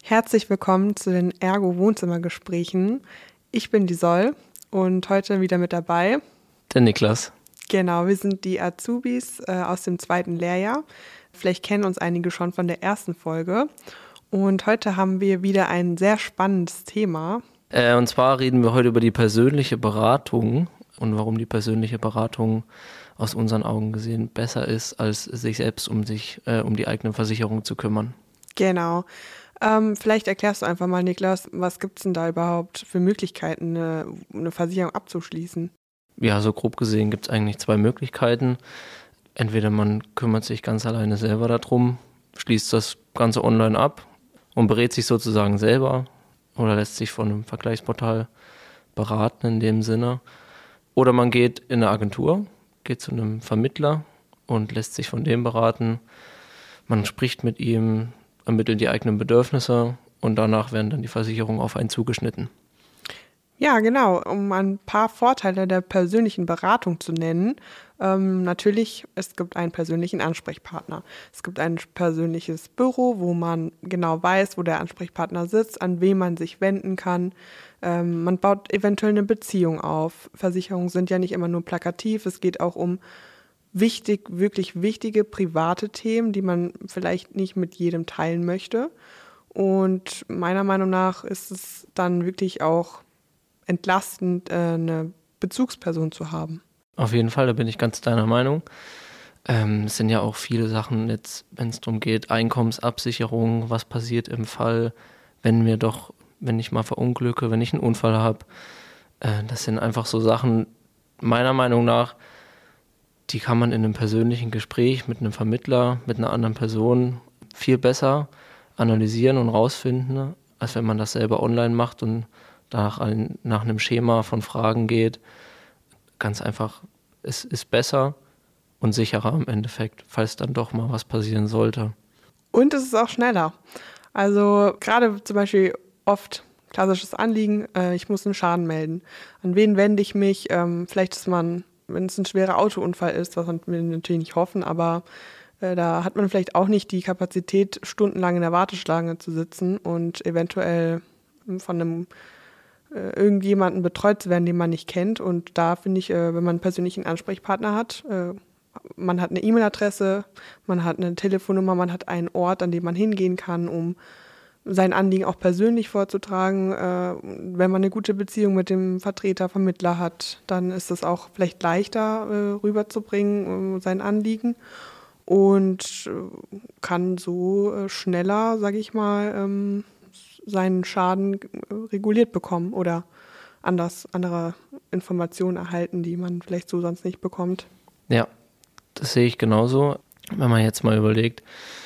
Herzlich willkommen zu den Ergo-Wohnzimmergesprächen. Ich bin die Sol und heute wieder mit dabei der Niklas. Genau, wir sind die Azubis aus dem 2. Lehrjahr. Vielleicht kennen uns einige schon von der ersten Folge. Und heute haben wir wieder ein sehr spannendes Thema. Und zwar reden wir heute über die persönliche Beratung und warum die persönliche Beratung aus unseren Augen gesehen besser ist, als sich selbst um die eigene Versicherung zu kümmern. Genau. Vielleicht erklärst du einfach mal, Niklas, was gibt es denn da überhaupt für Möglichkeiten, eine Versicherung abzuschließen? Ja, so grob gesehen gibt es eigentlich 2 Möglichkeiten. Entweder man kümmert sich ganz alleine selber darum, schließt das Ganze online ab und berät sich sozusagen selber oder lässt sich von einem Vergleichsportal beraten in dem Sinne. Oder man geht in eine Agentur, geht zu einem Vermittler und lässt sich von dem beraten. Man spricht mit ihm, ermittelt die eigenen Bedürfnisse und danach werden dann die Versicherungen auf einen zugeschnitten. Ja, genau. Um ein paar Vorteile der persönlichen Beratung zu nennen. Natürlich, es gibt einen persönlichen Ansprechpartner. Es gibt ein persönliches Büro, wo man genau weiß, wo der Ansprechpartner sitzt, an wen man sich wenden kann. Man baut eventuell eine Beziehung auf. Versicherungen sind ja nicht immer nur plakativ. Es geht auch um wirklich wichtige private Themen, die man vielleicht nicht mit jedem teilen möchte. Und meiner Meinung nach ist es dann wirklich auch entlastend, eine Bezugsperson zu haben. Auf jeden Fall, da bin ich ganz deiner Meinung. Es sind ja auch viele Sachen jetzt, wenn es darum geht, Einkommensabsicherung, was passiert im Fall, wenn ich mal verunglücke, wenn ich einen Unfall habe. Das sind einfach so Sachen, meiner Meinung nach, die kann man in einem persönlichen Gespräch mit einem Vermittler, mit einer anderen Person viel besser analysieren und rausfinden, als wenn man das selber online macht und nach einem Schema von Fragen geht. Ganz einfach, es ist besser und sicherer im Endeffekt, falls dann doch mal was passieren sollte. Und es ist auch schneller. Also gerade zum Beispiel oft klassisches Anliegen, ich muss einen Schaden melden. An wen wende ich mich? Vielleicht ist man, wenn es ein schwerer Autounfall ist, was wir natürlich nicht hoffen, aber da hat man vielleicht auch nicht die Kapazität, stundenlang in der Warteschlange zu sitzen und eventuell von einem irgendjemanden betreut zu werden, den man nicht kennt. Und da finde ich, wenn man einen persönlichen Ansprechpartner hat, man hat eine E-Mail-Adresse, man hat eine Telefonnummer, man hat einen Ort, an dem man hingehen kann, um sein Anliegen auch persönlich vorzutragen. Wenn man eine gute Beziehung mit dem Vertreter, Vermittler hat, dann ist es auch vielleicht leichter rüberzubringen, sein Anliegen. Und kann so schneller, sage ich mal, seinen Schaden reguliert bekommen oder andere Informationen erhalten, die man vielleicht so sonst nicht bekommt. Ja, das sehe ich genauso. Wenn man jetzt mal überlegt,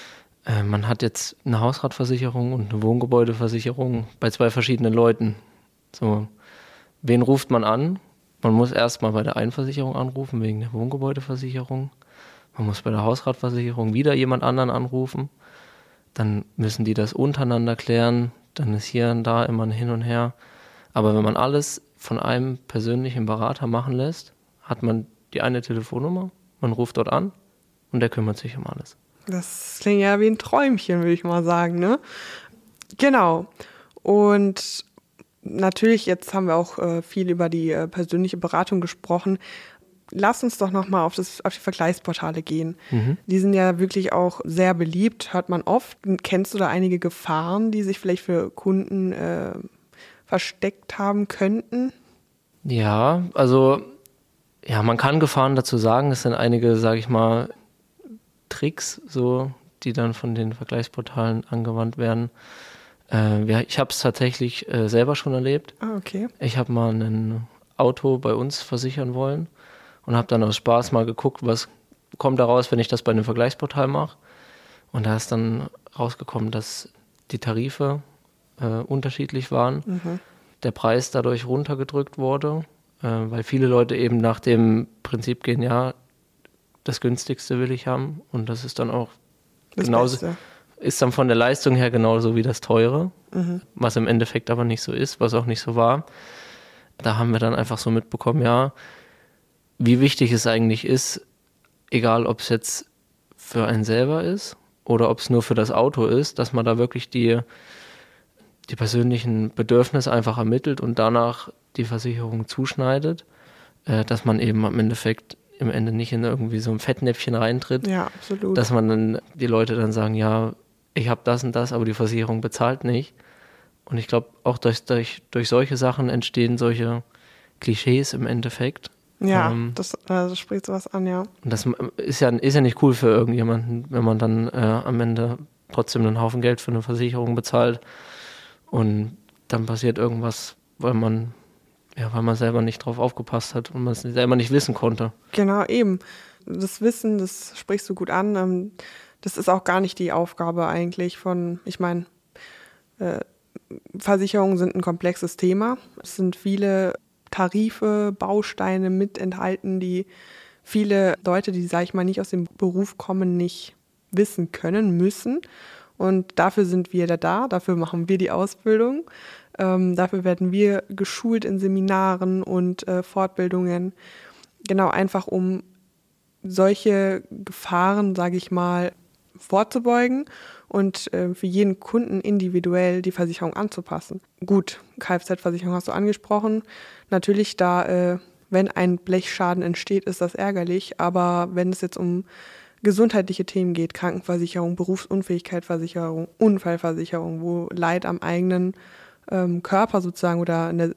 man hat jetzt eine Hausratversicherung und eine Wohngebäudeversicherung bei 2 verschiedenen Leuten. So, wen ruft man an? Man muss erstmal bei der einen Versicherung anrufen, wegen der Wohngebäudeversicherung. Man muss bei der Hausratversicherung wieder jemand anderen anrufen. Dann müssen die das untereinander klären. Dann ist hier und da immer ein Hin und Her. Aber wenn man alles von einem persönlichen Berater machen lässt, hat man die eine Telefonnummer, man ruft dort an und der kümmert sich um alles. Das klingt ja wie ein Träumchen, würde ich mal sagen, ne? Genau. Und natürlich, jetzt haben wir auch viel über die persönliche Beratung gesprochen. Lass uns doch nochmal auf die Vergleichsportale gehen. Die sind ja wirklich auch sehr beliebt, hört man oft. Kennst du da einige Gefahren, die sich vielleicht für Kunden versteckt haben könnten? Ja, also man kann Gefahren dazu sagen. Es sind einige, sage ich mal, Tricks, so, die dann von den Vergleichsportalen angewandt werden. Ich habe es tatsächlich selber schon erlebt. Ah, okay. Ich habe mal ein Auto bei uns versichern wollen. Und habe dann aus Spaß mal geguckt, was kommt da raus, wenn ich das bei einem Vergleichsportal mache. Und da ist dann rausgekommen, dass die Tarife unterschiedlich waren. Der Preis dadurch runtergedrückt wurde, weil viele Leute eben nach dem Prinzip gehen, ja, das günstigste will ich haben. Und das ist dann auch das genauso, Beste. Ist dann von der Leistung her genauso wie das teure, was im Endeffekt aber nicht so ist, was auch nicht so war. Da haben wir dann einfach so mitbekommen, ja, wie wichtig es eigentlich ist, egal ob es jetzt für einen selber ist oder ob es nur für das Auto ist, dass man da wirklich die die persönlichen Bedürfnisse einfach ermittelt und danach die Versicherung zuschneidet, dass man eben im Ende nicht in irgendwie so ein Fettnäpfchen reintritt, Ja, absolut. dass man dann die Leute dann sagen, ja, ich habe das und das, aber die Versicherung bezahlt nicht. Und ich glaube, auch durch solche Sachen entstehen solche Klischees im Endeffekt. Ja, das spricht sowas an, ja. Und das ist ja nicht cool für irgendjemanden, wenn man dann am Ende trotzdem einen Haufen Geld für eine Versicherung bezahlt und dann passiert irgendwas, weil man selber nicht drauf aufgepasst hat und man es selber nicht wissen konnte. Genau, eben. Das Wissen, das sprichst du gut an. Das ist auch gar nicht die Aufgabe eigentlich ich meine, Versicherungen sind ein komplexes Thema. Es sind viele Tarife, Bausteine mit enthalten, die viele Leute, die, sage ich mal, nicht aus dem Beruf kommen, nicht wissen können, müssen. Und dafür sind wir da, dafür machen wir die Ausbildung. Dafür werden wir geschult in Seminaren und Fortbildungen. Genau, einfach um solche Gefahren, sage ich mal, vorzubeugen und für jeden Kunden individuell die Versicherung anzupassen. Gut, Kfz-Versicherung hast du angesprochen. Natürlich, wenn ein Blechschaden entsteht, ist das ärgerlich. Aber wenn es jetzt um gesundheitliche Themen geht, Krankenversicherung, Berufsunfähigkeitsversicherung, Unfallversicherung, wo Leid am eigenen Körper sozusagen oder in der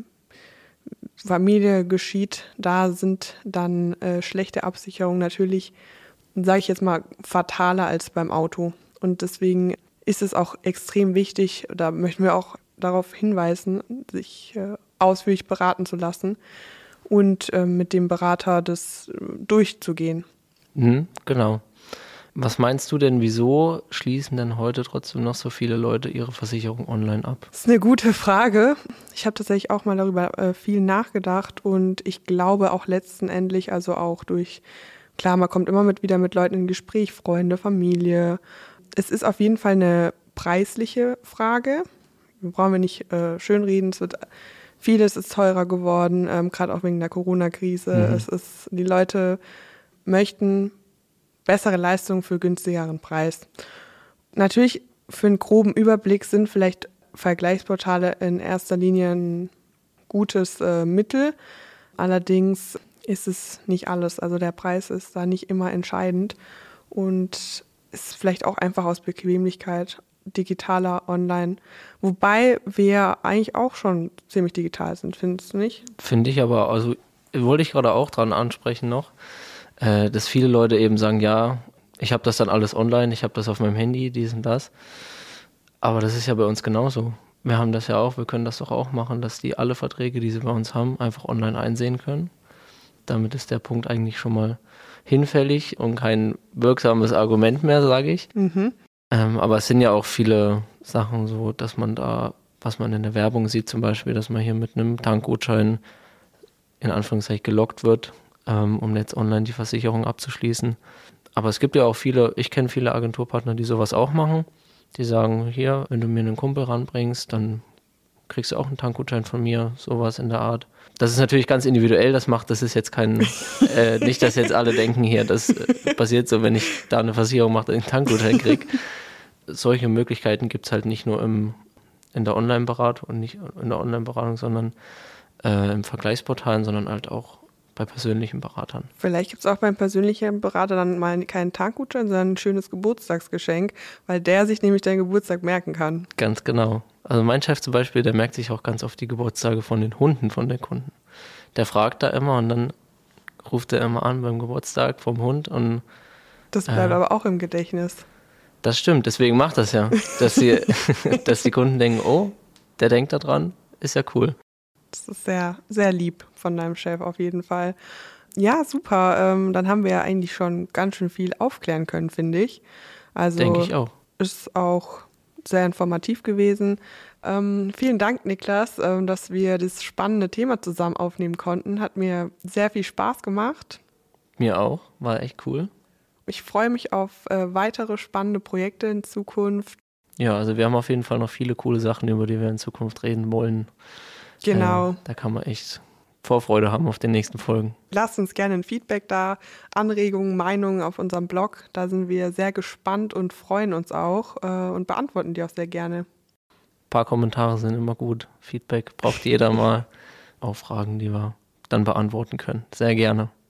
Familie geschieht, da sind dann schlechte Absicherungen natürlich, sage ich jetzt mal, fataler als beim Auto. Und deswegen ist es auch extrem wichtig, da möchten wir auch darauf hinweisen, sich ausführlich beraten zu lassen und mit dem Berater das durchzugehen. Genau. Was meinst du denn, wieso schließen denn heute trotzdem noch so viele Leute ihre Versicherung online ab? Das ist eine gute Frage. Ich habe tatsächlich auch mal darüber viel nachgedacht und ich glaube auch letztendlich, also auch klar, man kommt immer wieder mit Leuten in Gespräch, Freunde, Familie. Es ist auf jeden Fall eine preisliche Frage. Brauchen wir nicht schönreden. Vieles ist teurer geworden, gerade auch wegen der Corona-Krise. Die Leute möchten bessere Leistung für günstigeren Preis. Natürlich für einen groben Überblick sind vielleicht Vergleichsportale in erster Linie ein gutes Mittel. Allerdings ist es nicht alles. Also der Preis ist da nicht immer entscheidend und ist vielleicht auch einfach aus Bequemlichkeit digitaler online. Wobei wir eigentlich auch schon ziemlich digital sind, findest du nicht? Finde ich aber, also wollte ich gerade auch dran ansprechen noch, dass viele Leute eben sagen, ja, ich habe das dann alles online, ich habe das auf meinem Handy, dies und das. Aber das ist ja bei uns genauso. Wir haben das ja auch, wir können das doch auch machen, dass die alle Verträge, die sie bei uns haben, einfach online einsehen können. Damit ist der Punkt eigentlich schon mal hinfällig und kein wirksames Argument mehr, sage ich. Aber es sind ja auch viele Sachen so, dass man da, was man in der Werbung sieht zum Beispiel, dass man hier mit einem Tankgutschein in Anführungszeichen gelockt wird, um jetzt online die Versicherung abzuschließen. Aber es gibt ja auch ich kenne viele Agenturpartner, die sowas auch machen. Die sagen, hier, wenn du mir einen Kumpel ranbringst, dann kriegst du auch einen Tankgutschein von mir, sowas in der Art. Das ist natürlich ganz individuell, das ist jetzt nicht, dass jetzt alle denken hier, das passiert so, wenn ich da eine Versicherung mache, dass ich einen Tankgutschein kriege. Solche Möglichkeiten gibt es halt nicht nur in der Online-Beratung und nicht in der Online-Beratung, sondern im Vergleichsportalen, sondern halt auch bei persönlichen Beratern. Vielleicht gibt es auch beim persönlichen Berater dann mal keinen Tankgutschein, sondern ein schönes Geburtstagsgeschenk, weil der sich nämlich deinen Geburtstag merken kann. Ganz genau. Also mein Chef zum Beispiel, der merkt sich auch ganz oft die Geburtstage von den Hunden von den Kunden. Der fragt da immer und dann ruft er immer an beim Geburtstag vom Hund und das bleibt aber auch im Gedächtnis. Das stimmt, deswegen macht das ja, dass die Kunden denken, oh, der denkt da dran, ist ja cool. Das ist sehr, sehr lieb von deinem Chef auf jeden Fall. Ja, super. Dann haben wir ja eigentlich schon ganz schön viel aufklären können, finde ich. Also denke ich auch. Ist auch sehr informativ gewesen. Vielen Dank, Niklas, dass wir das spannende Thema zusammen aufnehmen konnten. Hat mir sehr viel Spaß gemacht. Mir auch, war echt cool. Ich freue mich auf weitere spannende Projekte in Zukunft. Ja, also wir haben auf jeden Fall noch viele coole Sachen, über die wir in Zukunft reden wollen. Genau. Da kann man echt Vorfreude haben auf den nächsten Folgen. Lasst uns gerne ein Feedback da, Anregungen, Meinungen auf unserem Blog. Da sind wir sehr gespannt und freuen uns auch und beantworten die auch sehr gerne. paar Kommentare sind immer gut. Feedback braucht jeder mal. Auch Fragen, die wir dann beantworten können. Sehr gerne.